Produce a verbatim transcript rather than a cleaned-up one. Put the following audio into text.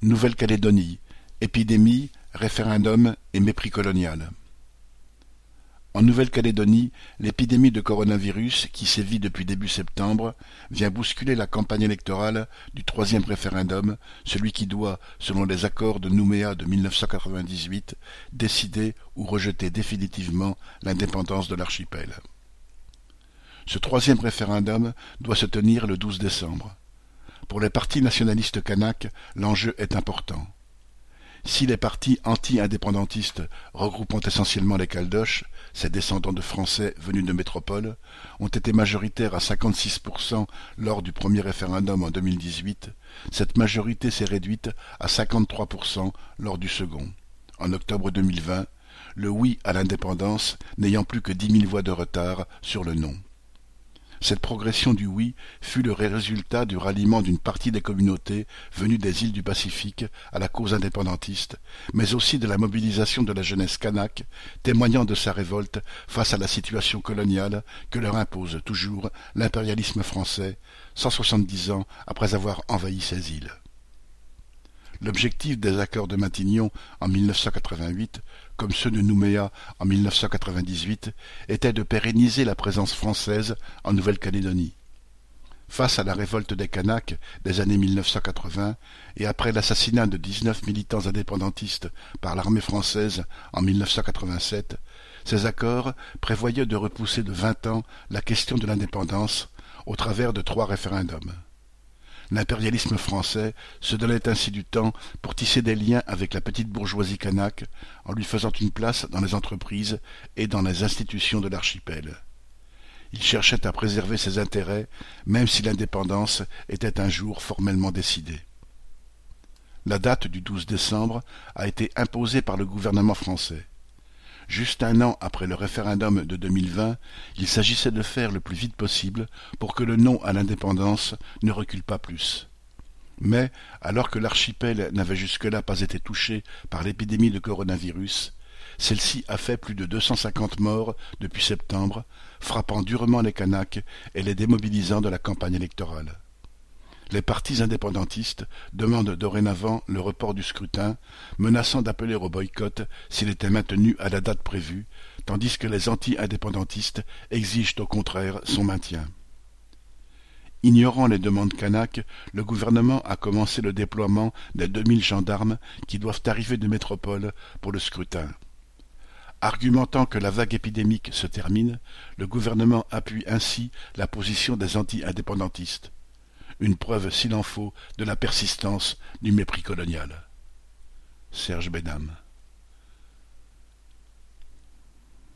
Nouvelle-Calédonie, épidémie, référendum et mépris colonial. En Nouvelle-Calédonie, l'épidémie de coronavirus, qui sévit depuis début septembre, vient bousculer la campagne électorale du troisième référendum, celui qui doit, selon les accords de Nouméa de mille neuf cent quatre-vingt-dix-huit, décider ou rejeter définitivement l'indépendance de l'archipel. Ce troisième référendum doit se tenir le douze décembre. Pour les partis nationalistes kanaks, l'enjeu est important. Si les partis anti-indépendantistes, regroupant essentiellement les Caldoches, ces descendants de Français venus de métropole, ont été majoritaires à cinquante-six pour cent lors du premier référendum en deux mille dix-huit, cette majorité s'est réduite à cinquante-trois pour cent lors du second. En octobre deux mille vingt, le oui à l'indépendance n'ayant plus que dix mille voix de retard sur le non. Cette progression du oui fut le résultat du ralliement d'une partie des communautés venues des îles du Pacifique à la cause indépendantiste, mais aussi de la mobilisation de la jeunesse kanak, témoignant de sa révolte face à la situation coloniale que leur impose toujours l'impérialisme français, cent soixante-dix ans après avoir envahi ces îles. L'objectif des accords de Matignon en mille neuf cent quatre-vingt-huit, comme ceux de Nouméa en mille neuf cent quatre-vingt-dix-huit, était de pérenniser la présence française en Nouvelle-Calédonie. Face à la révolte des Kanaks des années mille neuf cent quatre-vingts et après l'assassinat de dix-neuf militants indépendantistes par l'armée française en mille neuf cent quatre-vingt-sept, ces accords prévoyaient de repousser de vingt ans la question de l'indépendance au travers de trois référendums. L'impérialisme français se donnait ainsi du temps pour tisser des liens avec la petite bourgeoisie kanak en lui faisant une place dans les entreprises et dans les institutions de l'archipel. Il cherchait à préserver ses intérêts même si l'indépendance était un jour formellement décidée. La date du douze décembre a été imposée par le gouvernement français. Juste un an après le référendum de deux mille vingt, il s'agissait de faire le plus vite possible pour que le non à l'indépendance ne recule pas plus. Mais, alors que l'archipel n'avait jusque-là pas été touché par l'épidémie de coronavirus, celle-ci a fait plus de deux cent cinquante morts depuis septembre, frappant durement les Kanaks et les démobilisant de la campagne électorale. Les partis indépendantistes demandent dorénavant le report du scrutin, menaçant d'appeler au boycott s'il était maintenu à la date prévue, tandis que les anti-indépendantistes exigent au contraire son maintien. Ignorant les demandes kanaks, le gouvernement a commencé le déploiement des deux mille gendarmes qui doivent arriver de métropole pour le scrutin. Argumentant que la vague épidémique se termine, le gouvernement appuie ainsi la position des anti-indépendantistes. Une preuve, s'il en faut, de la persistance du mépris colonial. Serge Benham.